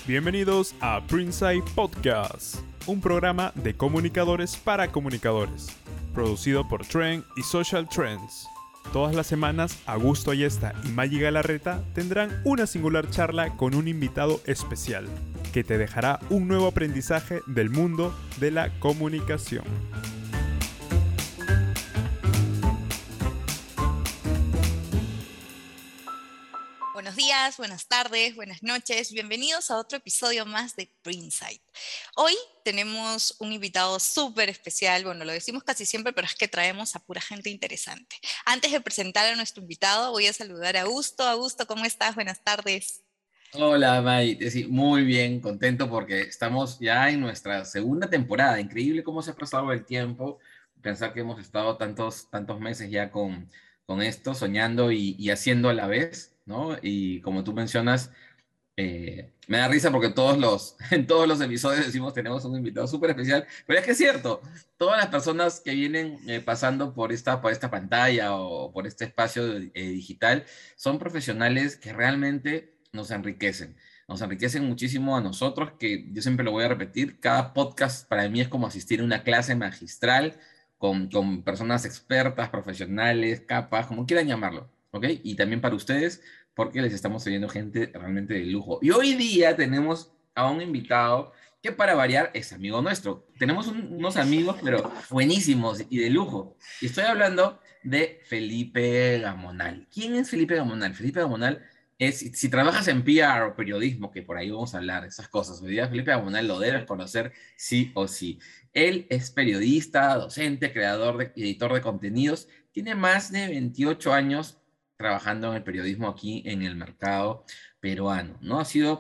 Bienvenidos a Printside Podcast, un programa de comunicadores para comunicadores, producido por Trend y Social Trends. Todas las semanas, Augusto Ayesta y Maggie Galarreta tendrán una singular charla con un invitado especial, que te dejará un nuevo aprendizaje del mundo de la comunicación. Buenos días, buenas tardes, buenas noches. Bienvenidos a otro episodio más de Printside. Hoy tenemos un invitado súper especial. Bueno, lo decimos casi siempre, pero es que traemos a pura gente interesante. Antes de presentar a nuestro invitado, voy a saludar a Augusto. Augusto, ¿cómo estás? Buenas tardes. Hola, May. Sí, muy bien, contento porque estamos ya en nuestra segunda temporada. Increíble cómo se ha pasado el tiempo. Pensar que hemos estado tantos meses ya con esto, soñando y haciendo a la vez, ¿no? Y como tú mencionas, me da risa porque en todos los episodios decimos tenemos un invitado súper especial, pero es que es cierto, todas las personas que vienen pasando por esta pantalla o por este espacio digital son profesionales que realmente nos enriquecen muchísimo a nosotros, que yo siempre lo voy a repetir, cada podcast para mí es como asistir a una clase magistral con personas expertas, profesionales, capas, como quieran llamarlo, ¿ok? Y también para ustedes porque les estamos trayendo gente realmente de lujo. Y hoy día tenemos a un invitado que para variar es amigo nuestro. Tenemos unos amigos, pero buenísimos y de lujo. Y estoy hablando de Felipe Gamonal. ¿Quién es Felipe Gamonal? Felipe Gamonal es, si trabajas en PR o periodismo, que por ahí vamos a hablar, esas cosas, hoy día Felipe Gamonal lo debes conocer sí o sí. Él es periodista, docente, creador y editor de contenidos. Tiene más de 28 años trabajando en el periodismo aquí en el mercado peruano, ¿no?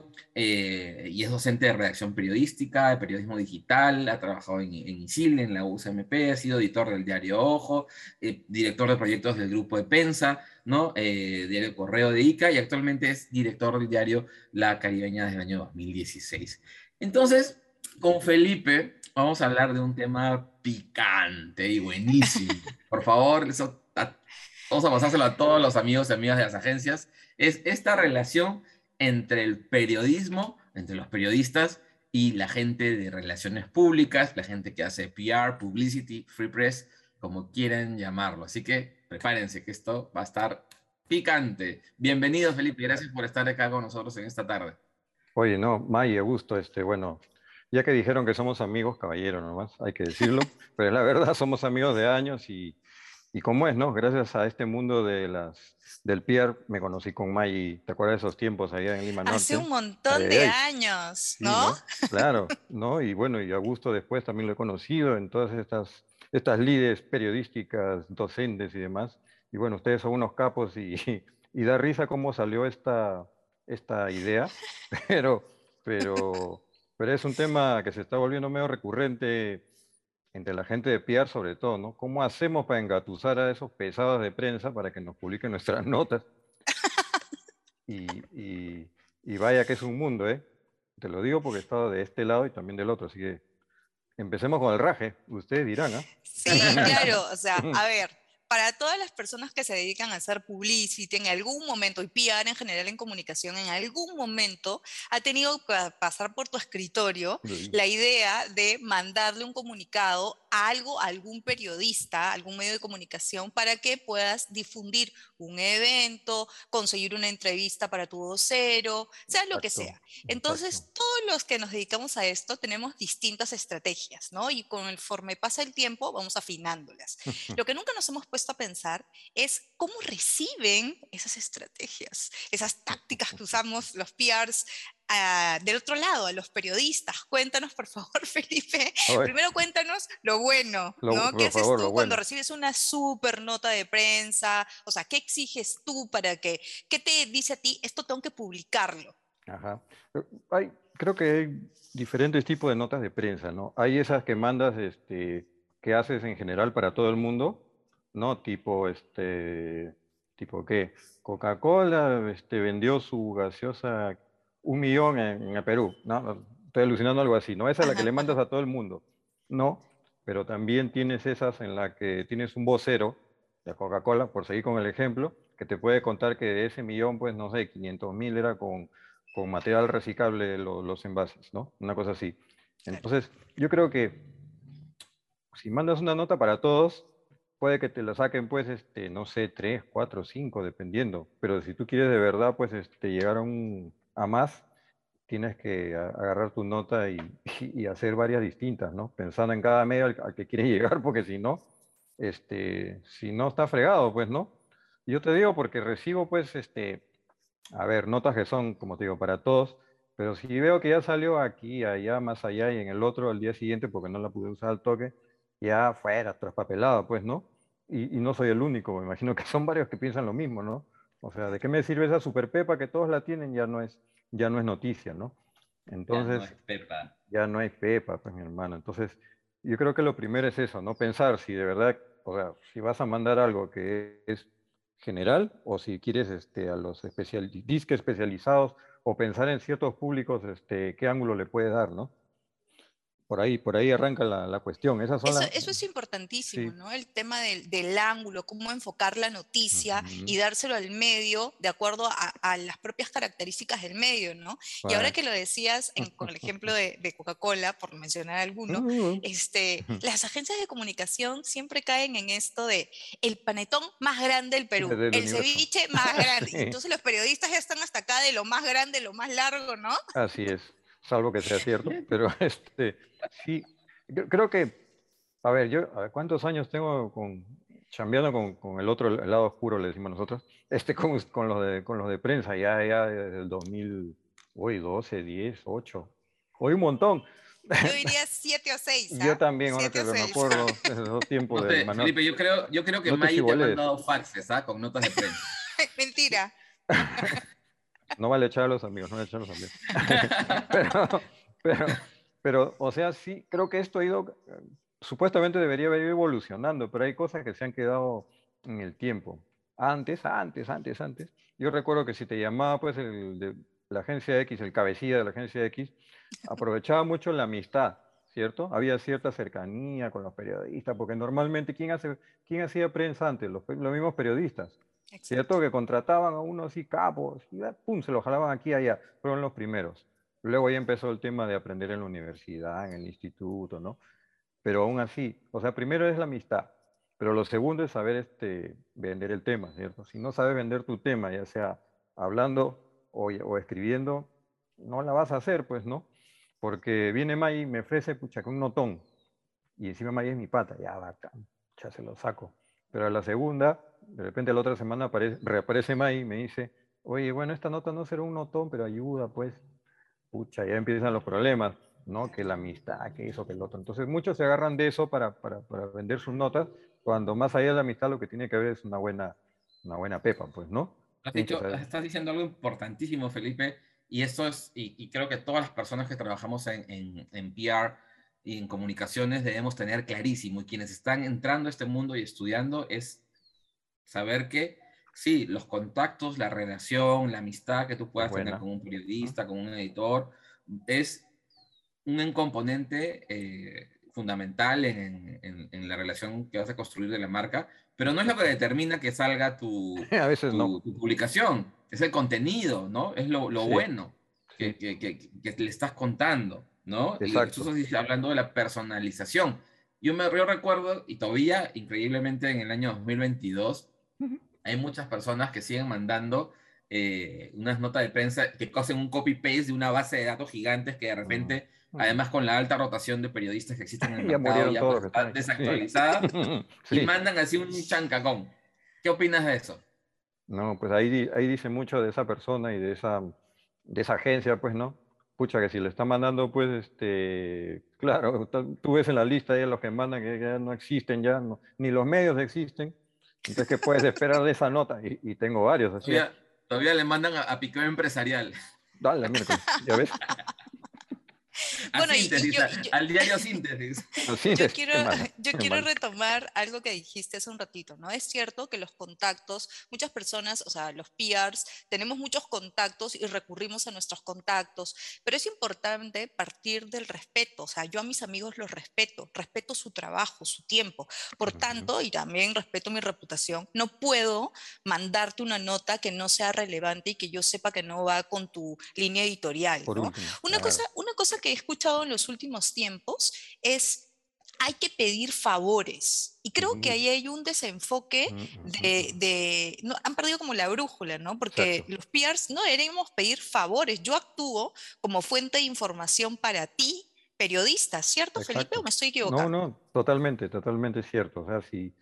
Y es docente de redacción periodística, de periodismo digital, ha trabajado en ISIL, en la UCMP, ha sido editor del diario Ojo, director de proyectos del grupo de Pensa, ¿no? Diario Correo de Ica, y actualmente es director del diario La Caribeña desde el año 2016. Entonces, con Felipe vamos a hablar de un tema picante y buenísimo. Por favor, vamos a pasárselo a todos los amigos y amigas de las agencias, es esta relación entre el periodismo, entre los periodistas y la gente de relaciones públicas, la gente que hace PR, publicity, free press, como quieran llamarlo. Así que prepárense que esto va a estar picante. Bienvenido, Felipe, gracias por estar acá con nosotros en esta tarde. Oye, no, May, Augusto, bueno, ya que dijeron que somos amigos, caballero nomás, hay que decirlo, pero la verdad somos amigos de años y como es, ¿no? Gracias a este mundo del PR me conocí con May, ¿te acuerdas de esos tiempos allá en Lima Hace Norte? un Ay, montón ay, de ay, años, sí, ¿no? ¿no? Claro, ¿no? Y bueno, y Augusto después también lo he conocido en todas estas lides periodísticas, docentes y demás. Y bueno, ustedes son unos capos y da risa cómo salió esta idea, pero, pero, pero es un tema que se está volviendo medio recurrente entre la gente de PR sobre todo, ¿no? ¿Cómo hacemos para engatusar a esos pesados de prensa para que nos publiquen nuestras notas? Y, y, y vaya que es un mundo, ¿eh? Te lo digo porque he estado de este lado y también del otro, así que empecemos con el raje, ustedes dirán, ¿ah? Sí, claro, o sea, a ver, para todas las personas que se dedican a hacer publicity en algún momento, y PR en general en comunicación, en algún momento ha tenido que pasar por tu escritorio Uy, la idea de mandarle un comunicado a algún periodista, algún medio de comunicación, para que puedas difundir un evento, conseguir una entrevista para tu vocero, sea lo que exacto, sea. exacto. Entonces, todos los que nos dedicamos a esto tenemos distintas estrategias, ¿no? Y conforme pasa el tiempo, vamos afinándolas. Lo que nunca nos hemos puesto a pensar es cómo reciben esas estrategias, esas tácticas que usamos los PRs del otro lado, a los periodistas. Cuéntanos, por favor, Felipe. Oye, Primero cuéntanos lo bueno, ¿no? ¿Qué por haces favor, lo tú cuando bueno. recibes una súper nota de prensa? O sea, ¿qué exiges tú qué te dice a ti, esto tengo que publicarlo? Ajá. Creo que hay diferentes tipos de notas de prensa, ¿no? Hay esas que mandas, que haces en general para todo el mundo, ¿no? Tipo qué, Coca-Cola, vendió su gaseosa 1 millón en el Perú, ¿no? Estoy alucinando algo así, ¿no? Esa es la que Ajá, le mandas ajá. a todo el mundo, ¿no? Pero también tienes esas en la que tienes un vocero de Coca-Cola, por seguir con el ejemplo, que te puede contar que de ese millón, pues, no sé, 500.000 era con material reciclable los envases, ¿no? Una cosa así. Entonces, yo creo que si mandas una nota para todos, puede que te la saquen, pues, no sé, 3, 4, 5, dependiendo. Pero si tú quieres de verdad, pues, llegar a más, tienes que agarrar tu nota y hacer varias distintas, ¿no? Pensando en cada medio al que quieres llegar, porque si no está fregado, pues, ¿no? Yo te digo porque recibo, pues, a ver, notas que son, como te digo, para todos, pero si veo que ya salió aquí, allá, más allá y en el otro al día siguiente porque no la pude usar al toque, ya fuera, traspapelado, pues, ¿no? Y no soy el único, me imagino que son varios que piensan lo mismo, ¿no? O sea, ¿de qué me sirve esa super pepa que todos la tienen? Ya no es noticia, ¿no? Ya no es Entonces, Pepa. ya no hay pepa, pues, mi hermano. Entonces, yo creo que lo primero es eso, ¿no? Pensar si de verdad, o sea, si vas a mandar algo que es general o si quieres a los disques especializados o pensar en ciertos públicos, qué ángulo le puede dar, ¿no? Por ahí arranca la cuestión. Esas son Eso es importantísimo, Sí. ¿no? El tema del ángulo, cómo enfocar la noticia y Ujú. dárselo al medio de acuerdo a las propias características del medio, ¿no? Y ahora Pues, que lo decías con el ejemplo de Coca-Cola, por mencionar alguno, las agencias de comunicación siempre caen en esto de el panetón más grande del Perú, del el universo. ceviche más grande. Y Sí, entonces los periodistas ya están hasta acá de lo más grande, lo más largo, ¿no? así es, salvo que sea cierto, pero sí, yo creo que, a ver, ¿cuántos años tengo chambeando con el lado oscuro, le decimos nosotros, con los de prensa, ya desde el 2000, hoy 12, 10, 8, hoy un montón. Yo diría 7 o 6, Yo ¿ah? también, ahora Siete que o me seis. acuerdo, desde los tiempos No del sé, Manuel. Felipe, yo creo que No te Maggie te ha chivolees, mandado faxes, ¿ah? Con notas de prensa. Mentira. no vale echar a los amigos, no vale echar a los amigos. Pero, pero, pero, o sea, sí, creo que esto ha ido, supuestamente debería haber ido evolucionando, pero hay cosas que se han quedado en el tiempo. Antes, yo recuerdo que si te llamaba, pues, el de la agencia X, el cabecilla de la agencia X, aprovechaba mucho la amistad, ¿cierto? Había cierta cercanía con los periodistas, porque normalmente, ¿quién hacía prensa antes? Los mismos periodistas. Exacto. ¿Cierto? Que contrataban a uno así, capos, y pum, se lo jalaban aquí y allá. Fueron los primeros. Luego ya empezó el tema de aprender en la universidad, en el instituto, ¿no? Pero aún así, o sea, primero es la amistad, pero lo segundo es saber vender el tema, ¿cierto? Si no sabes vender tu tema, ya sea hablando o escribiendo, no la vas a hacer, pues, ¿no? Porque viene May y me ofrece, pucha, que un notón, y encima May es mi pata, ya bacán, ya se lo saco. Pero a la segunda, de repente la otra semana reaparece May y me dice, oye, bueno, esta nota no será un notón, pero ayuda, pues, pucha, ya empiezan los problemas, ¿no? Que la amistad, que eso, que el otro. Entonces muchos se agarran de eso para vender sus notas, cuando más allá de la amistad lo que tiene que haber es una buena pepa, pues, ¿no? Tienes que saber. Estás diciendo algo importantísimo, Felipe, y eso es, y creo que todas las personas que trabajamos en PR y en comunicaciones debemos tener clarísimo, y quienes están entrando a este mundo y estudiando, es saber que sí, los contactos, la relación, la amistad que tú Es puedas tener buena. con un periodista, con un editor, es un componente fundamental en la relación que vas a construir de la marca, pero no es lo que determina que salga tu, A veces no. tu, tu publicación, es el contenido, ¿no? Es lo Sí, bueno sí, que le estás contando, ¿no? Y tú exacto. estás hablando de la personalización. Yo recuerdo, y todavía, increíblemente, en el año 2022, hay muchas personas que siguen mandando unas notas de prensa que hacen un copy-paste de una base de datos gigantes que de Mm, repente, mm. además con la alta rotación de periodistas que existen en el Ya mercado, murieron ya todos pues los que está están ahí. Sí, desactualizada y sí. mandan así un chancacón. ¿Qué opinas de eso? No, pues ahí dice mucho de esa persona y de esa agencia, pues, ¿no? Pucha, que si le está mandando, pues, claro, tú ves en la lista ya los que mandan que ya no existen, ya no, ni los medios existen. Entonces, ¿qué puedes esperar de esa nota? Y tengo varios, así. Todavía le mandan a Piqueo Empresarial. Dale, miércoles, ya ves. A Bueno, síntesis, al diario síntesis. Así yo es, quiero, qué mal, yo qué quiero mal. retomar algo que dijiste hace un ratito, ¿no? Es cierto que los contactos, muchas personas, o sea, los PRs, tenemos muchos contactos y recurrimos a nuestros contactos, pero es importante partir del respeto, o sea, yo a mis amigos los respeto, respeto su trabajo, su tiempo, por Ujú. tanto, y también respeto mi reputación, no puedo mandarte una nota que no sea relevante y que yo sepa que no va con tu línea editorial, Por ¿no? último, Una cosa, claro. una cosa que he escuchado en los últimos tiempos es hay que pedir favores. Y creo que Sí. ahí hay un desenfoque Ujú. no, han perdido como la brújula, ¿no? Porque Exacto, los PRs no deberíamos pedir favores. Yo actúo como fuente de información para ti, periodista, ¿cierto, Felipe? ¿O exacto. me estoy No, equivocando? no, totalmente, totalmente cierto. O sea, si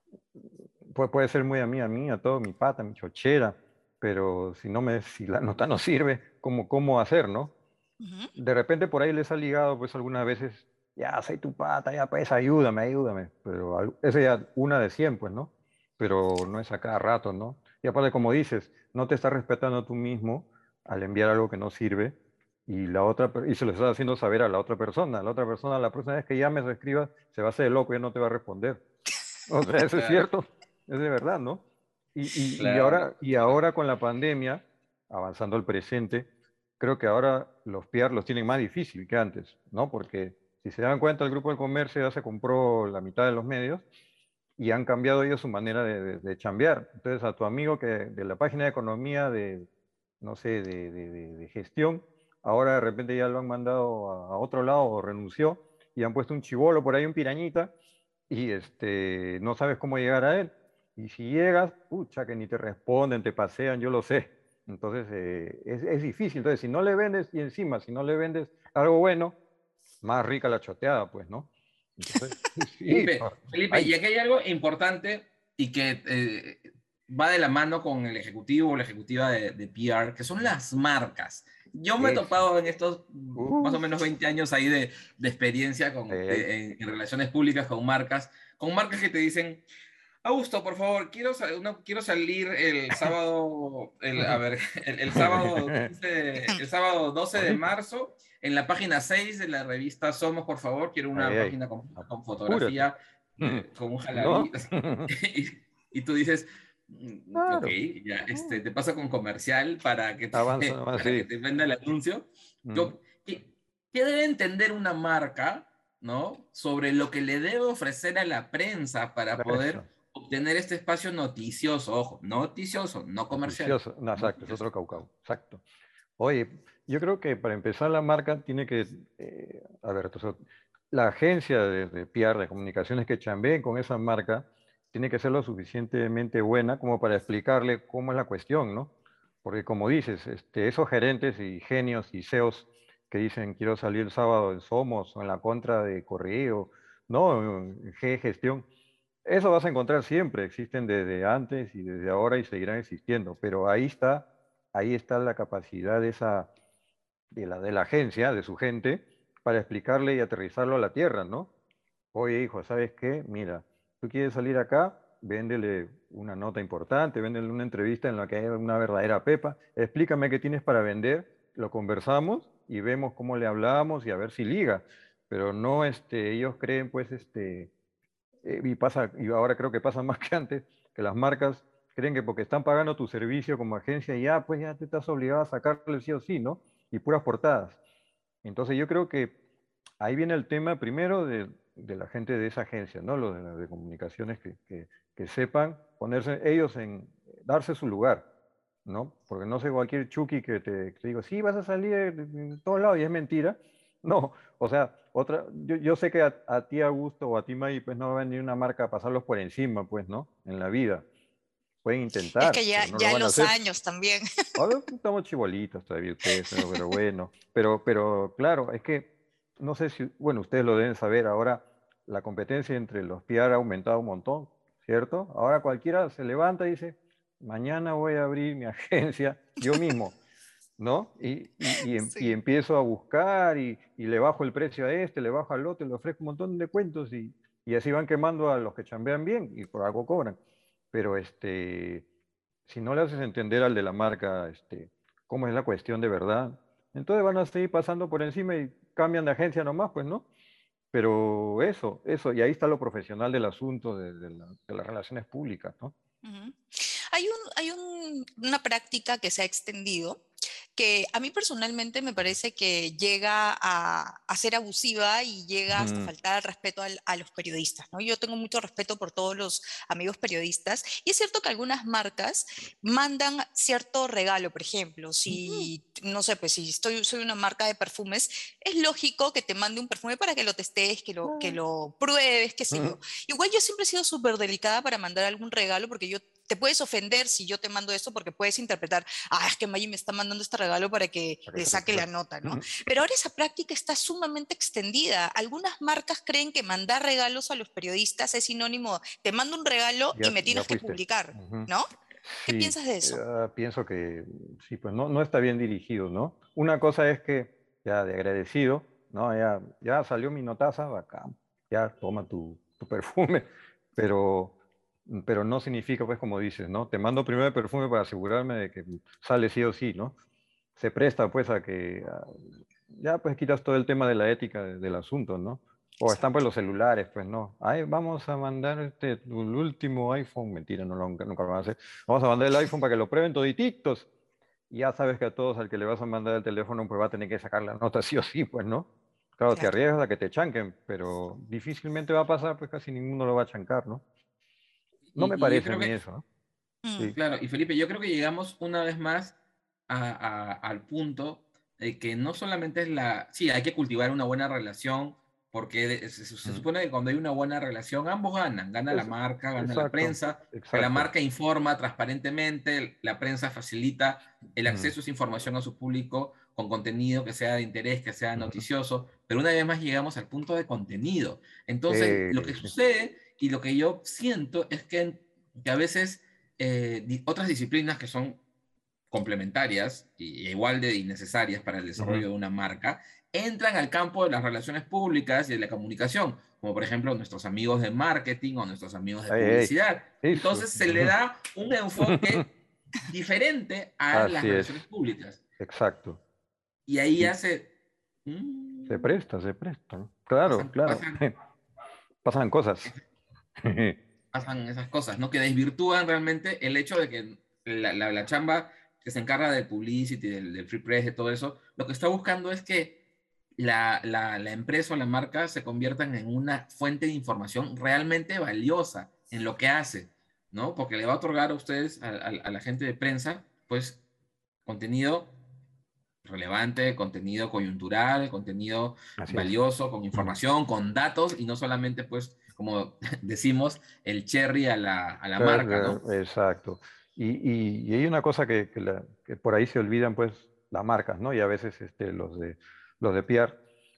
puede ser muy a mí, a todo, mi pata, mi chochera, pero si la nota no sirve, ¿cómo hacer, no? Ujú. De repente por ahí les ha ligado, pues algunas veces, ya, soy tu pata, ya, pues ayúdame, ayúdame. Pero esa ya una de 100, pues, ¿no? Pero no es a cada rato, ¿no? Y aparte, como dices, no te estás respetando tú mismo al enviar algo que no sirve y se lo estás haciendo saber a la otra persona. La próxima vez que llames o escribas, se va a hacer loco y ya no te va a responder. O sea, eso es Claro, cierto, es de verdad, ¿no? claro, Y claro. ahora con la pandemia, avanzando al presente, creo que ahora los PR los tienen más difícil que antes, ¿no? Porque si se dan cuenta, el Grupo del Comercio ya se compró la mitad de los medios y han cambiado ellos su manera de chambear. Entonces, a tu amigo que de la página de economía, no sé, de gestión, ahora de repente ya lo han mandado a otro lado o renunció y han puesto un chivolo por ahí, un pirañita, y no sabes cómo llegar a él. Y si llegas, pucha, que ni te responden, te pasean, yo lo sé. Entonces, es difícil. Entonces, si no le vendes, y encima, si no le vendes algo bueno, más rica la choteada, pues, ¿no? Entonces, sí, Felipe, y ay, aquí hay algo importante y que va de la mano con el ejecutivo o la ejecutiva de PR, que son las marcas. Yo me he eso. topado en estos más o Uf, menos 20 años ahí de experiencia ay, ay. en relaciones públicas con marcas que te dicen, Augusto, por favor, no, quiero salir el sábado, a ver, el sábado 15 el sábado 12 de Ahorita. marzo en la página 6 de la revista Somos, por favor, quiero Ay, una ay. página con Apúrate. fotografía, con un jaladí. ¿No? Y tú dices, ok, Claro. ya, te pasa con comercial para que Avanza te, nomás, para que sí. te venda el anuncio. Mm. Yo, ¿qué debe entender una marca, ¿no? Sobre lo que le debe ofrecer a la prensa para Eso. poder obtener este espacio noticioso, ojo, noticioso, no comercial, Noticioso. No, exacto, es noticioso. otro caucao. Exacto. Oye, yo creo que para empezar la marca tiene que, a ver, entonces, la agencia de PR, de comunicaciones que chambeen con esa marca, tiene que ser lo suficientemente buena como para explicarle cómo es la cuestión, ¿no? Porque como dices, esos gerentes y genios y CEOs que dicen quiero salir el sábado en Somos o en la contra de Correo, ¿no? En G Gestión, eso vas a encontrar siempre, existen desde antes y desde ahora y seguirán existiendo, pero ahí está la capacidad de la agencia, de su gente, para explicarle y aterrizarlo a la tierra, ¿no? Oye, hijo, ¿sabes qué? Mira, tú quieres salir acá, véndele una nota importante, véndele una entrevista en la que haya una verdadera pepa, explícame qué tienes para vender, lo conversamos y vemos cómo le hablamos y a ver si liga. Pero no, ellos creen, pues, y ahora creo que pasa más que antes, que las marcas creen que porque están pagando tu servicio como agencia, ya pues ya te estás obligado a sacarle sí o sí, ¿no? Y puras portadas. Entonces yo creo que ahí viene el tema primero de la gente de esa agencia, ¿no? Los de comunicaciones que sepan ponerse ellos darse su lugar, ¿no? Porque no sé cualquier chuki que te digo, sí, vas a salir en todos lados y es mentira. No, o sea, yo sé que a ti, Augusto, o a ti, May, pues no va a venir una marca a pasarlos por encima, pues, ¿no? En la vida. Pueden Es que intentar, ya, pero no lo ya van a los hacer. años también. Ahora estamos chibolitos todavía ustedes, pero bueno. Pero claro, es que no sé si, bueno, ustedes lo deben saber, ahora la competencia entre los PR ha aumentado un montón, ¿cierto? Ahora cualquiera se levanta y dice, mañana voy a abrir mi agencia yo mismo, ¿no? Y Sí. empiezo a buscar y le bajo el precio a le bajo al otro, le ofrezco un montón de cuentos y así van quemando a los que chambean bien y por algo cobran. Pero si no le haces entender al de la marca cómo es la cuestión de verdad, Entonces van a seguir pasando por encima y cambian de agencia nomás, pues, ¿no? Pero eso, y ahí está lo profesional del asunto de las relaciones públicas, ¿no? Ujú. Una práctica que se ha extendido que a mí personalmente me parece que llega a ser abusiva y llega hasta Ujú, faltar al respeto a los periodistas, ¿no? Yo tengo mucho respeto por todos los amigos periodistas y es cierto que algunas marcas mandan cierto regalo, por ejemplo, ujú, si, no sé, pues si soy una marca de perfumes, es lógico que te mande un perfume para que lo testes, que ah, lo pruebes, qué sé ujú. yo. Igual yo siempre he sido súper delicada para mandar algún regalo porque yo te puedes ofender si yo te mando esto porque puedes interpretar, es que Maggie me está mandando este regalo para que Para le que se lo saque la presente. nota, ¿no? Ujú. Pero ahora esa práctica está sumamente extendida. Algunas marcas creen que mandar regalos a los periodistas es sinónimo, te mando un regalo y me Ya tienes que fuiste. publicar, Ujú. ¿no? ¿Qué Sí, piensas de eso? pienso que sí, pues no está bien dirigido, ¿no? Una cosa es que ya de agradecido, ¿no? Ya salió mi notaza, bacán, ya toma tu perfume, pero, pero no significa, pues como dices, ¿no? Te mando primero el perfume para asegurarme de que sale sí o sí, ¿no? Se presta pues a que ya pues quitas todo el tema de la ética del asunto, ¿no? O están pues Exacto. los celulares, pues no. Ay, vamos a mandar el último iPhone. Mentira, nunca lo van a hacer. Vamos a mandar el iPhone para que lo prueben todititos. Y ya sabes que a todos al que le vas a mandar el teléfono, pues va a tener que sacar la nota sí o sí, pues no. Claro, te Claro. arriesgas a que te chanquen, pero difícilmente va a pasar, pues casi ninguno lo va a chancar, ¿no? No me Y yo parece a creo mí que, eso, ¿no? Mm, Sí. claro, y Felipe, yo creo que llegamos una vez más al punto de que no solamente es sí, hay que cultivar una buena relación, porque se Mm. supone que cuando hay una buena relación, ambos ganan, gana la Es, marca, gana la exacto, prensa, que la exacto. marca informa transparentemente, la prensa facilita el Mm, acceso a esa información a su público con contenido que sea de interés, que sea ujú. noticioso, pero una vez más llegamos al punto de contenido. Entonces, lo que Sí. sucede y lo que yo siento es que a veces otras disciplinas que son complementarias y igual de innecesarias para el Ujú. desarrollo de una marca, entran al campo de las relaciones públicas y de la comunicación, como por ejemplo nuestros amigos de marketing o nuestros amigos de Ey, ey, publicidad. eso. Entonces se le da un enfoque diferente a las Así es, relaciones públicas. exacto. Y ahí Y hace... se presta, ¿no? Claro, pasan, claro. pasan, Pasan cosas. pasan esas cosas, ¿no? Que desvirtúan realmente el hecho de que la chamba que se encarga del publicity, del free press, de todo eso, lo que está buscando es que la empresa o la marca se conviertan en una fuente de información realmente valiosa en lo que hace, ¿no? Porque le va a otorgar a ustedes, a la gente de prensa, pues contenido relevante, contenido coyuntural, contenido Así es. valioso, con información, con datos y no solamente, pues, como decimos, el cherry a la marca, ¿no? Exacto. Y hay una cosa que por ahí se olvidan, pues, las marcas, ¿no? Y a veces los de PR,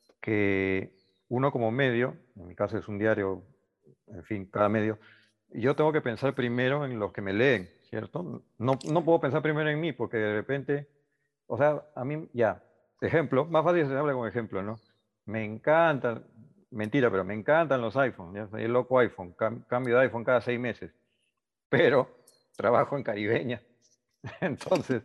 que uno como medio, en mi caso es un diario, en fin, cada medio, yo tengo que pensar primero en los que me leen, ¿cierto? No puedo pensar primero en mí, porque de repente, o sea, a mí, ya, ejemplo, más fácil se habla con ejemplo, ¿no? Me encantan, mentira, pero me encantan los iPhones, ya soy el loco iPhone, cambio de iPhone cada 6 meses, pero trabajo en Caribeña. Entonces,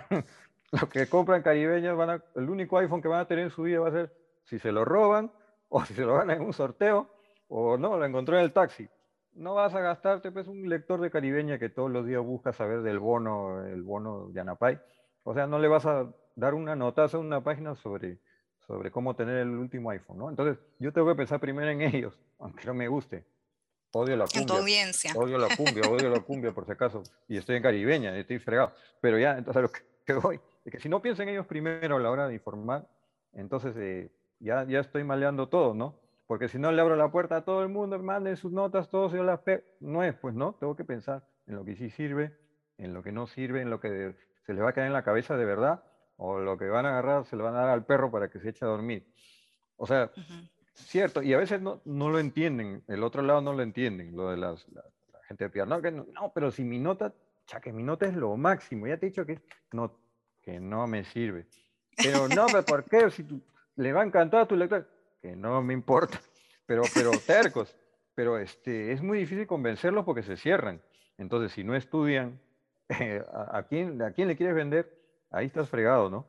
los que compran Caribeña el único iPhone que van a tener en su vida va a ser si se lo roban o si se lo ganan en un sorteo o no, lo encontró en el taxi. No vas a gastarte pues un lector de Caribeña que todos los días busca saber del bono, el bono Yanapay. O sea, no le vas a dar una notaza en una página sobre cómo tener el último iPhone, ¿no? Entonces, yo tengo que pensar primero en ellos, aunque no me guste. Odio la en tu cumbia, audiencia. odio la cumbia por si acaso, y estoy en Caribeña, estoy fregado. Pero ya, entonces a lo que voy, es que si no piensan ellos primero a la hora de informar, entonces ya estoy maleando todo, ¿no? Porque si no le abro la puerta a todo el mundo, manden sus notas, todos yo las no es, pues no, tengo que pensar en lo que sí sirve, en lo que no sirve, en lo que se le va a quedar en la cabeza de verdad, o lo que van a agarrar se le van a dar al perro para que se eche a dormir. O sea, Ujú. cierto, y a veces no lo entienden, el otro lado no lo entienden, lo de la gente de PR. No, no, pero si mi nota, que mi nota es lo máximo, ya te he dicho no, que no me sirve. Pero no, pero ¿por qué? Si le va a encantar a tu lector, que no me importa, pero tercos. Pero es muy difícil convencerlos porque se cierran. Entonces, si no estudian, ¿a quién le quieres vender? Ahí estás fregado, ¿no?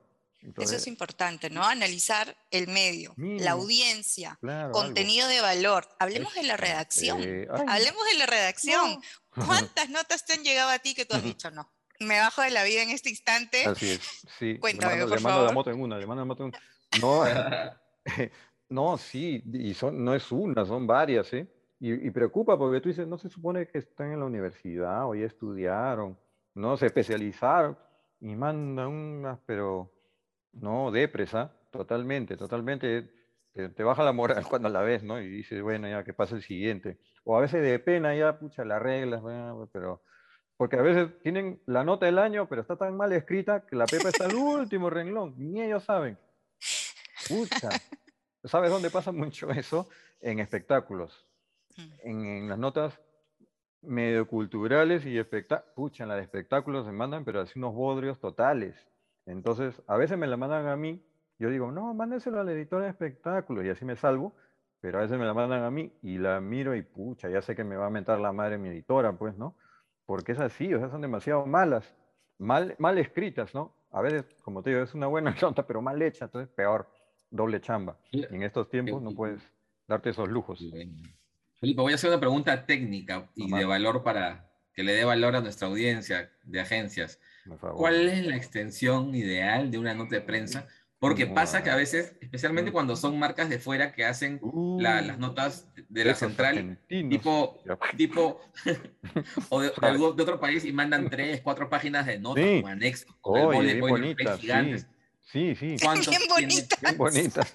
Eso es Entonces, importante, ¿no? Analizar el medio, la mínimo, audiencia, claro, algo. contenido de valor. Hablemos de la Eso. redacción. Ay, Hablemos de la redacción. no. ¿Cuántas notas te han llegado a ti que tú has dicho no? Me bajo de la vida en este instante. Así es, sí, Cuéntame, por le mando la favor. moto en una, le mando la moto en una. No, no, sí, y no es una, son varias, ¿eh? Y preocupa porque tú dices, no se supone que están en la universidad o ya estudiaron, no se especializaron y mandan unas, pero no, depresa, totalmente, totalmente. Te baja la moral cuando la ves, ¿no? Y dices, bueno, ya que pasa el siguiente. O a veces de pena ya, pucha, la arreglas, bueno, pero porque a veces tienen la nota del año, pero está tan mal escrita que la pepa está al último renglón, ni ellos saben. Pucha, ¿sabes dónde pasa mucho eso? En espectáculos, Mm. en las notas medio culturales y espectáculos. Pucha, en la de espectáculos se mandan, pero así unos bodrios totales. Entonces, a veces me la mandan a mí, yo digo, no, mándenselo al editor de espectáculos y así me salvo, pero a veces me la mandan a mí y la miro y pucha, ya sé que me va a mentar la madre mi editora, pues, ¿no? Porque es así, o sea, son demasiado malas, mal escritas, ¿no? A veces, como te digo, es una buena nota, pero mal hecha, entonces peor, doble chamba. Y en estos Qué tiempos no puedes darte esos lujos. bueno. Felipe, voy a hacer una pregunta técnica y de Nomás, valor para que le dé valor a nuestra audiencia de agencias. por favor, ¿Cuál nomás. es la extensión ideal de una nota de prensa? Porque pasa que a Mua. veces, especialmente cuando son marcas de fuera que hacen las Uh, notas de la esos central, argentinos. tipo, Ya. tipo o ¿Sabe? de otro país y mandan 3, 4 páginas de notas Sí, con anexos, con el oye, bullet, bien boilerplate bonitas, sí, gigantes. sí, sí, Bien ¿Cuánto tiene? bien bonitas. bonitas.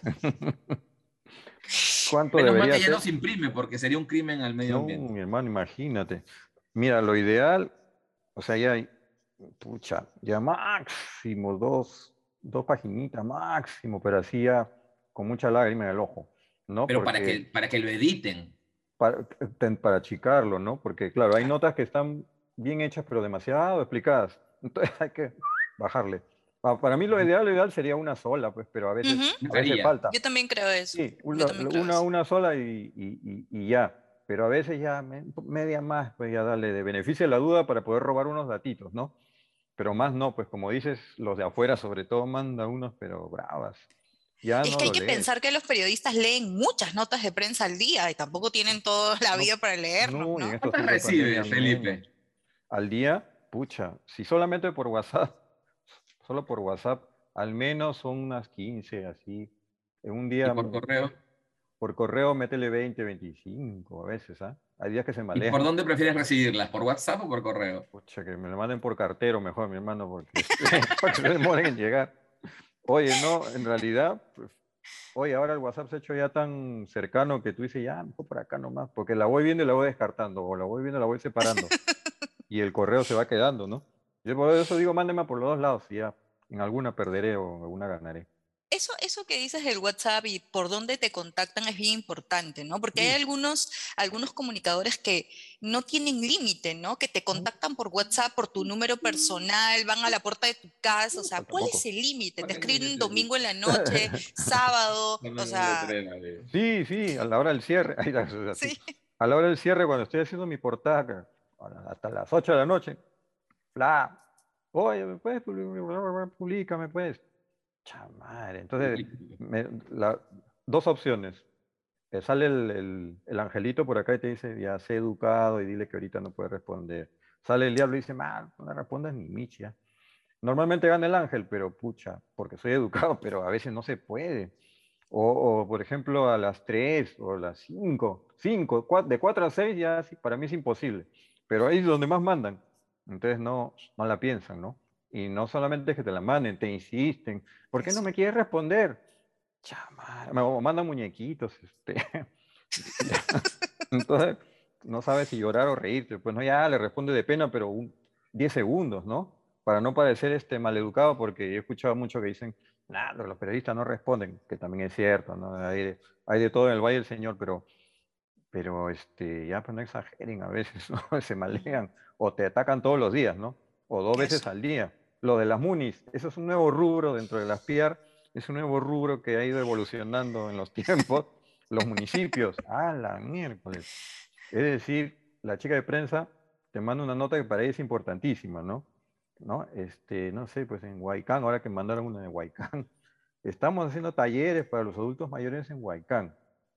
¿Cuánto Menos mal debería que ya no ser? se imprime porque sería un crimen al medio No, ambiente. mi hermano, imagínate. Mira, lo ideal, o sea, ya hay, pucha, ya máximo dos paginitas, máximo, pero así ya con mucha lágrima en el ojo, ¿no? Pero Porque para que lo editen. para, para achicarlo, ¿no? Porque, claro, hay notas que están bien hechas, pero demasiado explicadas. Entonces hay que bajarle. Para mí lo ideal sería una sola, pues, pero Ujú. Una a veces carilla. falta. Yo también creo eso. Sí, Yo también creo eso. una sola y ya. Pero a veces ya media más, pues ya dale de beneficio a la duda para poder robar unos datitos, ¿no? Pero más no, pues como dices, los de afuera sobre todo manda unos, pero bravas. Ya Es no que hay lo que lees. pensar que los periodistas leen muchas notas de prensa al día y tampoco tienen toda la No, vida para leernos, no, y en ¿no? estos ¿Cuántas tiempos de pandemia recibe, menos. Felipe? Al día, pucha, si solamente por WhatsApp, solo por WhatsApp, al menos son unas 15 así. En un ¿Y día, por correo? por correo, métele 20 25 a veces, ¿ah? Hay días que se ¿Y por malean. dónde prefieres recibirlas? ¿Por WhatsApp o por correo? Pucha, que me lo manden por cartero mejor, mi hermano, porque para que se demoren en llegar. Oye, no, en realidad, pues, oye, ahora el WhatsApp se ha hecho ya tan cercano que tú dices, ya, mejor por acá nomás, porque la voy viendo y la voy descartando, o la voy viendo y la voy separando. Y el correo se va quedando, ¿no? Yo por eso digo, mándeme por los dos lados y ya en alguna perderé o en alguna ganaré. Eso que dices del WhatsApp y por dónde te contactan es bien importante, ¿no? Porque hay Sí, algunos comunicadores que no tienen límite, ¿no? Que te no, contactan por WhatsApp, por tu número personal, van a la puerta de tu casa, o sea, ¿cuál es tampoco. el límite? Te Ponen un escriben letrerito. domingo en la noche, sábado, o Ponen un sea, letrero ahí. Sí, sí, a la hora del cierre, ahí así. sí. A la hora del cierre, cuando estoy haciendo mi portada, hasta las 8 de la noche, bla, oye, ¿me puedes publicar? Publícame, pues. Chamadre. Entonces, la- dos opciones. Te sale el angelito por acá y te dice, ya sé educado y dile que ahorita no puede responder. Sale el diablo y dice, mal, no le respondas ni micha. Normalmente gana el ángel, pero pucha, porque soy educado, pero a veces no se puede. Por ejemplo, a las 3 o a las 5, de 4 a 6 ya para mí es imposible. Pero ahí es donde más mandan. Entonces no la piensan, ¿no? Y no solamente es que te la manden, te insisten. ¿Por qué no Eso. me quieres responder? Chamar, o mandan muñequitos, Entonces, no sabes si llorar o reírte. Pues no, ya le responde de pena, pero 10 segundos, ¿no? Para no parecer maleducado, porque he escuchado mucho que dicen, nada, los periodistas no responden, que también es cierto, ¿no? Hay de todo en el Valle del Señor, pero ya pues no exageren a veces, ¿no? Se Ujú. malean o te atacan todos los días, ¿no? O dos veces Eso. al día. Lo de las munis, eso es un nuevo rubro dentro de las PR, es un nuevo rubro que ha ido evolucionando en los tiempos. Los municipios, ¡ah, la miércoles! Es decir, la chica de prensa te manda una nota que para ella es importantísima, ¿no? ¿no? No sé, pues en Huaycán, ahora que mandaron uno de Huaycán, estamos haciendo talleres para los adultos mayores en Huaycán.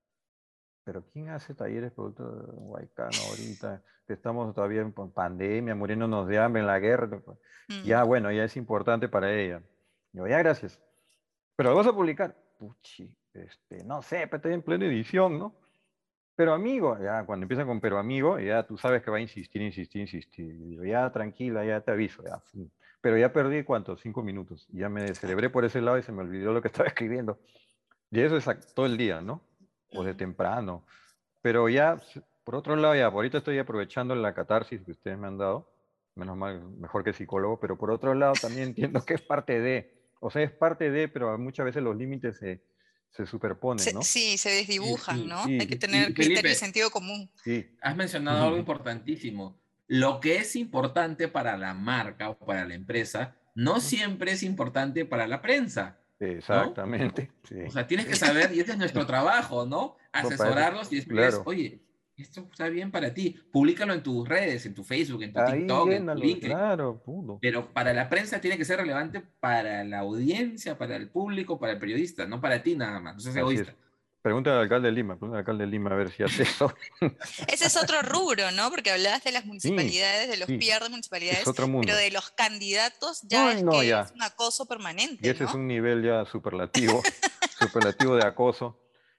Pero ¿quién hace talleres para adultos en Huaycán ahorita? Que estamos todavía en pandemia, muriéndonos de hambre en la guerra. Ya, Mm. bueno, ya es importante para ella. Yo, ya, gracias. Pero lo vas a publicar. Puchi, no sé, pero estoy en plena edición, ¿no? Pero amigo, ya cuando empiezan con pero amigo, ya tú sabes que va a insistir, insistir, insistir. Y digo, ya tranquila, ya te aviso, ya. Pero ya perdí, ¿cuánto? 5 minutos. Ya me celebré por ese lado y se me olvidó lo que estaba escribiendo. Y eso es todo el día, ¿no? O de Ujú. temprano. Pero ya, por otro lado, ya, ahorita estoy aprovechando la catarsis que ustedes me han dado. Menos mal, mejor que psicólogo. Pero por otro lado, también entiendo que es parte de. O sea, es parte de, pero muchas veces los límites se superponen, ¿no? Sí, se Sí, desdibujan, sí. ¿no? Hay que Sí, tener Y criterio y Felipe, sentido común. sí. has mencionado algo importantísimo. Lo que es importante para la marca o para la empresa no siempre es importante para la prensa, ¿no? Exactamente, O sí. sea, tienes que saber, y ese es nuestro trabajo, ¿no? Para eso, Asesorarlos y decirles, claro. oye, esto está bien para ti. Públicalo en tus redes, en tu Facebook, en tu Ahí TikTok, en tu llénalo, LinkedIn. claro, pudo. Pero para la prensa tiene que ser relevante para la audiencia, para el público, para el periodista, no para ti nada más. No seas Así es. egoísta. Pregúntale al alcalde de Lima, pregúntale al alcalde de Lima a ver si hace eso. Ese es otro rubro, ¿no? Porque hablabas de las Sí, municipalidades, de los sí, PR de es municipalidades, otro pero mundo. de los candidatos ya No, es no, que es ya. un acoso Y permanente, ese es ¿no? un nivel ya superlativo, superlativo de acoso.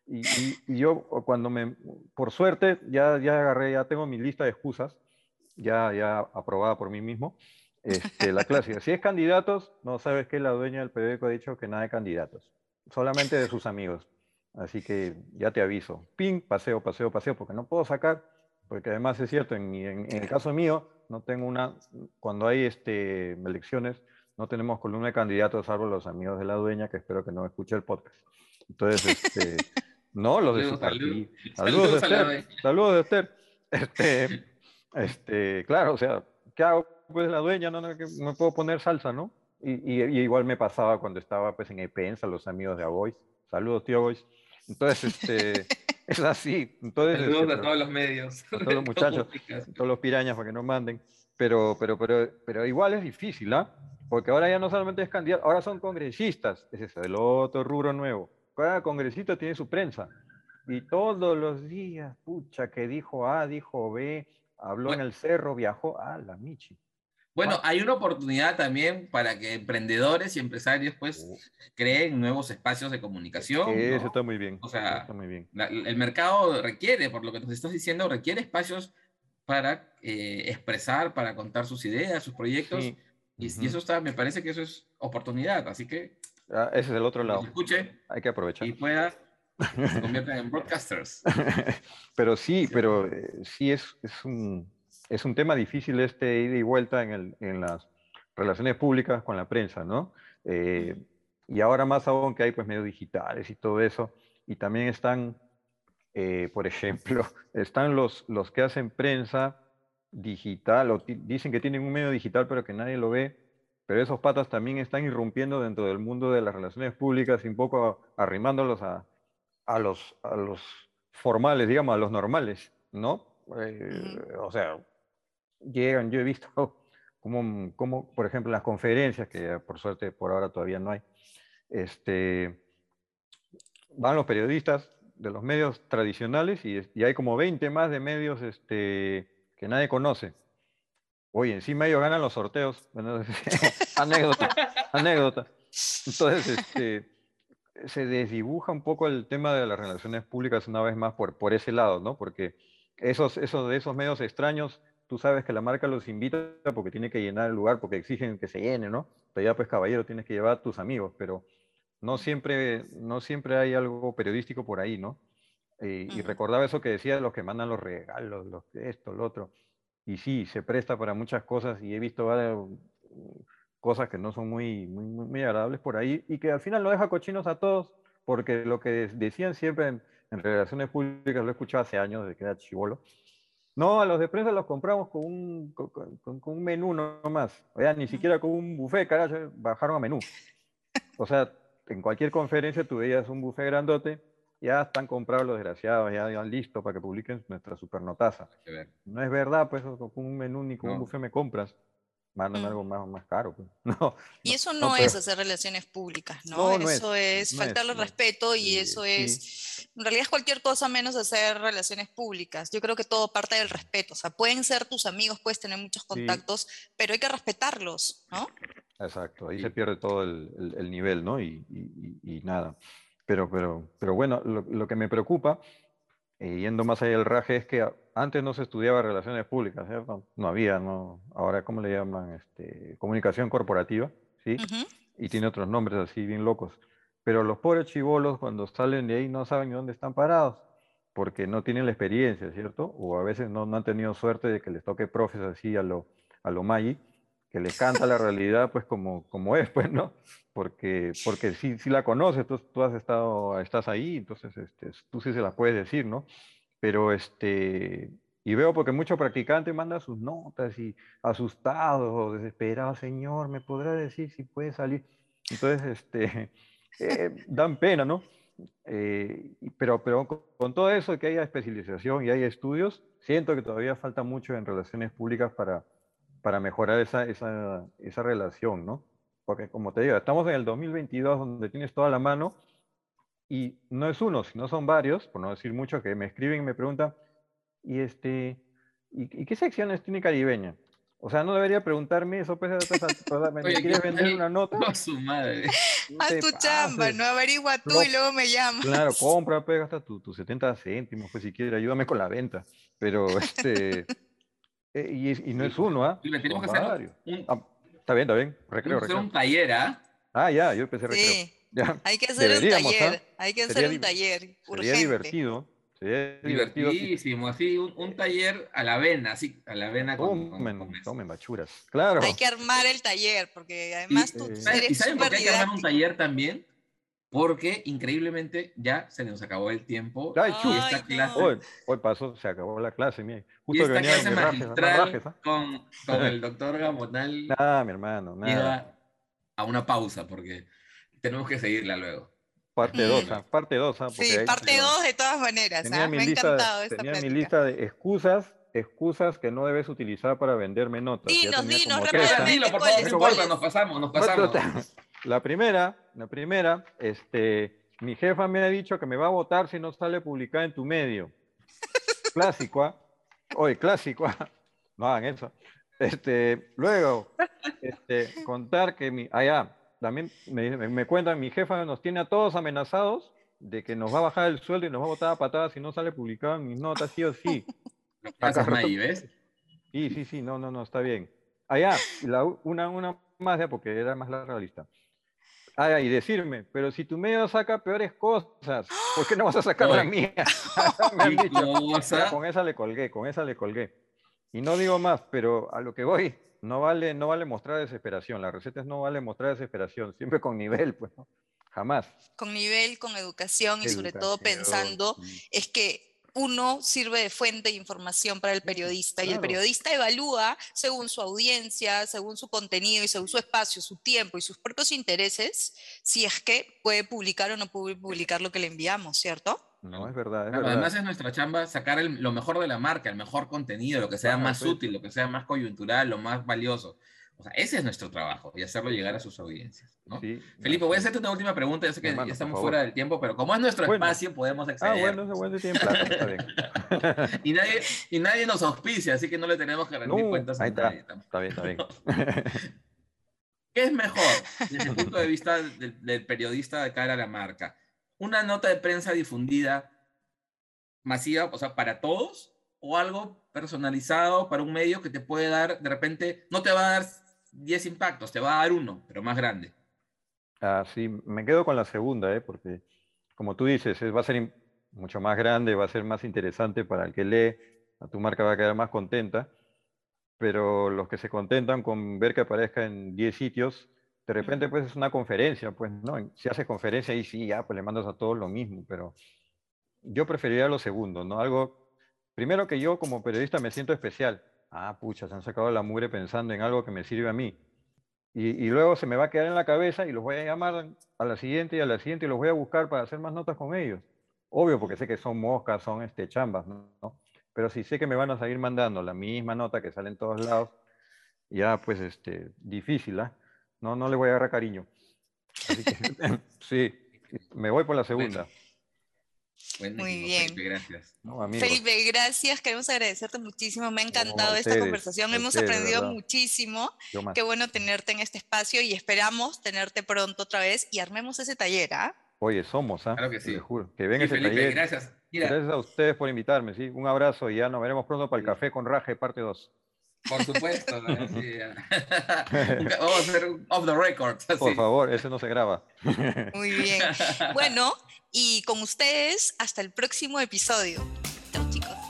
Y yo cuando por suerte, ya agarré, ya tengo mi lista de excusas, ya aprobada por mí mismo. La clásica, si es candidatos, no sabes que la dueña del periódico ha dicho que nada de candidatos, solamente de sus amigos. Así que ya te aviso. Ping, paseo, paseo, paseo, porque no puedo sacar, porque además es cierto, en el caso mío, no tengo cuando hay elecciones, no tenemos columna de candidatos, salvo los amigos de la dueña, que espero que no escuche el podcast. Entonces, no, los de su Saludos, saludos. partido. Saludos de Saludos a la Esther, vez. saludos de Esther. Claro, o sea, ¿qué hago? Pues la dueña, no que me puedo poner salsa, ¿no? Y igual me pasaba cuando estaba pues en Epensa, los amigos de Abois. Saludos, tío Abois. Entonces, es así. Entonces, Saludos a pero todos los medios a todos de los muchachos, a comunicación. todos los pirañas para que no manden. Pero igual es difícil, ¿ah? Porque ahora ya no solamente es candidato, ahora son congresistas. Ese es el otro rubro nuevo. Cada congresista tiene su prensa. Y todos los días, pucha, que dijo A, dijo B, habló en Bueno, el cerro, viajó a la Michi. bueno, ¿Cuánto? hay una oportunidad también para que emprendedores y empresarios pues Oh, creen nuevos espacios de comunicación, eso ¿no? está muy bien, O eso está sea, muy bien. el mercado requiere, por lo que nos estás diciendo, requiere espacios para expresar, para contar sus ideas, sus proyectos, Sí. y eso Ujú. está, me parece que eso es oportunidad, así que Ah, ese es el otro que nos lado. escuche Hay que y aprovechar. pueda, se conviertan en broadcasters. Pero sí, Sí. pero sí es un tema difícil este ida y vuelta en las relaciones públicas con la prensa, ¿no? Eh, Ujú. y ahora más aún que hay pues medios digitales y todo eso, y también están, por ejemplo, están los que hacen prensa digital, o dicen que tienen un medio digital pero que nadie lo ve, pero esos patas también están irrumpiendo dentro del mundo de las relaciones públicas y un poco arrimándolos a los formales, digamos, a los normales, ¿no? Ujú. O sea, llegan, yo he visto como, por ejemplo, en las conferencias, que por suerte por ahora todavía no hay, este, van los periodistas de los medios tradicionales y hay como 20 más de medios que nadie conoce. Oye, encima ellos ganan los sorteos. Bueno, anécdota, anécdota. Entonces, se desdibuja un poco el tema de las relaciones públicas una vez más por ese lado, ¿no? Porque de esos medios extraños, tú sabes que la marca los invita porque tiene que llenar el lugar, porque exigen que se llene, ¿no? Pero ya pues caballero, tienes que llevar a tus amigos, pero no siempre hay algo periodístico por ahí, ¿no? Y Ujú. recordaba eso que decía de los que mandan los regalos, esto, lo otro. Y sí, se presta para muchas cosas y he visto varias cosas que no son muy agradables por ahí y que al final lo deja cochinos a todos, porque lo que decían siempre en relaciones públicas, lo he escuchado hace años, desde que era chivolo, no, a los de prensa los compramos con un menú nomás, o sea, ni Ujú. siquiera con un buffet, carajo, bajaron a menú. O sea, en cualquier conferencia tú veías un buffet grandote, ya están comprados los desgraciados, ya listos para que publiquen nuestra supernotaza. Que ver. No es verdad, pues con un menú ni con un No, buffet me compras. mándame Mm. algo más caro. Pues. No, Y eso no, no pero es hacer relaciones públicas, ¿no? no, no Eso es, es no es, faltarle no. respeto y eso Sí, en realidad es cualquier cosa menos hacer relaciones públicas. Yo creo que todo parte del respeto. O sea, pueden ser tus amigos, puedes tener muchos sí, contactos, pero hay que respetarlos, ¿no? exacto, ahí se Sí. pierde todo el nivel, ¿no? Y nada. Pero bueno, lo que me preocupa, yendo más allá del raje, es que antes no se estudiaba relaciones públicas, ¿cierto? No había, ¿no? Ahora, ¿cómo le llaman? Comunicación corporativa, ¿sí? Ujú. Y tiene otros nombres así bien locos. Pero los pobres chibolos, cuando salen de ahí, no saben ni dónde están parados, porque no tienen la experiencia, ¿cierto? O a veces no han tenido suerte de que les toque profes así a lo Maggi, que les canta la realidad, pues como es, pues, ¿no? Porque sí la conoces, tú estás ahí, entonces tú sí se las puedes decir, ¿no? Pero y veo porque muchos practicantes mandan sus notas y asustados o desesperados, señor, ¿me podrá decir si puede salir? Entonces, dan pena, ¿no? Pero con todo eso, que haya especialización y hay estudios, siento que todavía falta mucho en relaciones públicas para mejorar esa relación, ¿no? Porque como te digo, estamos en el 2022 donde tienes toda la mano y no es uno, sino son varios, por no decir muchos, que me escriben y me preguntan, ¿y, ¿y qué secciones tiene Caribeña? O sea, no debería preguntarme eso, pues, a estas alturas, ¿me Oye, ¿qué quieres vender tal? una nota? Oh, su madre. No Haz te tu chamba, pases. ¿no? Averigua tú y Lo- luego me claro, llamas. compra, pega hasta tus 70 céntimos, pues si quieres, ayúdame con la venta. Pero, y no es Felipe, uno, ¿ah? Felipe, tenemos Son que hacer varios. un, Ah, está bien, recreo, tenemos que hacer recreo. un taller, ¿ah? Ah, ya, yo empecé recreo. Sí, Ya, hay que hacer un deberíamos, ¿ah? taller, hay que hacer Sería, un di- taller sería urgente. divertido, sería divertido si Divertidísimo, así un taller a la avena, así, a la avena con tomen, eso. tomen bachuras. Hay Claro. que armar el taller, porque además Y, tú Eh, ¿y eres saben por súper qué hay que armar un didáctico. taller también? Porque increíblemente ya se nos acabó el tiempo Ay, y chus. Ay, no. Hoy pasó, se acabó la clase, mire. y Justo que esta venía de clase mis rajes, más magistral rajes, ¿ah? con el doctor Gamonal Nada, mi hermano, nada. llega a una pausa porque tenemos que seguirla luego. Parte Mm, 2, Lastimosamente. porque sí, ahí parte 2 de todas maneras, ¿ah? Me ha encantado esta tenía mi plática. lista de excusas que no debes utilizar para venderme notas. Ya Dinos, tenía dinos como Ya, tres, ¿ah? dilo, rápidamente por favor, no cuáles, importa, cuáles. nos pasamos, nos Otro pasamos. ta- la primera, mi jefa me ha dicho que me va a votar si no sale publicada en tu medio. Clásico, ¿ah? Oye, clásico, ¿ah? No hagan eso. Luego, contar que también me cuentan, mi jefa nos tiene a todos amenazados de que nos va a bajar el sueldo y nos va a botar a patadas si no sale publicado en mis notas, sí o sí. Lo que Acá haces, rato. Maggie, ¿ves? Sí, sí, sí, no, está bien. Y una más ya porque era más la realista. Y decirme, pero si tu medio saca peores cosas, ¿por qué no vas a sacar la Oye, mía? Me han qué dicho. Ya cosa. con esa le colgué, con esa le colgué. Y no digo más, pero a lo que voy, no vale mostrar desesperación. Las recetas no vale mostrar desesperación, siempre con nivel, pues, ¿no? Jamás. Con nivel, con educación y sobre todo Educación, pensando sí. es que uno sirve de fuente de información para el Sí, periodista y el claro. periodista evalúa según su audiencia, según su contenido y según su espacio, su tiempo y sus propios intereses, si es que puede publicar o no puede publicar lo que le enviamos, ¿cierto? No, es verdad, es Claro, verdad. además es nuestra chamba sacar lo mejor de la marca, el mejor contenido, lo que sea Claro, más pues, útil, lo que sea más coyuntural, lo más valioso. O sea, ese es nuestro trabajo y hacerlo llegar a sus audiencias, ¿no? sí, Felipe, voy a así es. hacerte una última pregunta. Yo sé Mi que ya hermano, por estamos fuera favor. del tiempo, pero como es nuestro Bueno, espacio, podemos bueno, ese excedernos. buen tiene plata, está bien. Y nadie nos auspicia, así que no le tenemos que rendir No, cuentas a ahí nadie está, tampoco. está bien, está bien. ¿Qué es mejor desde el punto de vista del periodista de cara a la marca? ¿Una nota de prensa difundida masiva, o sea, para todos, o algo personalizado para un medio que te puede dar, de repente, no te va a dar 10 impactos, te va a dar uno, pero más grande? Sí, me quedo con la segunda, porque como tú dices, va a ser mucho más grande, va a ser más interesante para el que lee, a tu marca va a quedar más contenta, pero los que se contentan con ver que aparezca en 10 sitios, de repente pues es una conferencia, pues, ¿no? Si haces conferencia ahí sí, ya, pues le mandas a todos lo mismo, pero yo preferiría lo segundo, ¿no? Primero que yo como periodista me siento especial. Pucha, se han sacado la mugre pensando en algo que me sirve a mí. Y luego se me va a quedar en la cabeza y los voy a llamar a la siguiente y a la siguiente y los voy a buscar para hacer más notas con ellos. Obvio, porque sé que son moscas, son chambas, ¿no? Pero si sé que me van a seguir mandando la misma nota que sale en todos lados, ya pues difícil, ¿ah? No le voy a agarrar cariño. Así que, sí, me voy por la segunda. Buenísimo, Muy bien. Felipe, gracias. No, amigos. Felipe, gracias. Queremos agradecerte muchísimo. Me ha encantado esta conversación. Hemos de aprendido verdad. muchísimo. Yo más. Qué bueno tenerte en este espacio y esperamos tenerte pronto otra vez y armemos ese taller, ¿ah? Oye, somos, ¿ah? Claro que sí. Les juro. Que venga Sí, ese Felipe, taller. gracias. Mira, Gracias a ustedes por invitarme, ¿sí? Un abrazo y ya nos veremos pronto para el Sí. Café con Raje, parte 2. por supuesto. ¿no? Sí, ya. Vamos a hacer un off the record. Por así. favor, ese no se graba. Muy bien. Bueno, y con ustedes hasta el próximo episodio. Chao, chicos.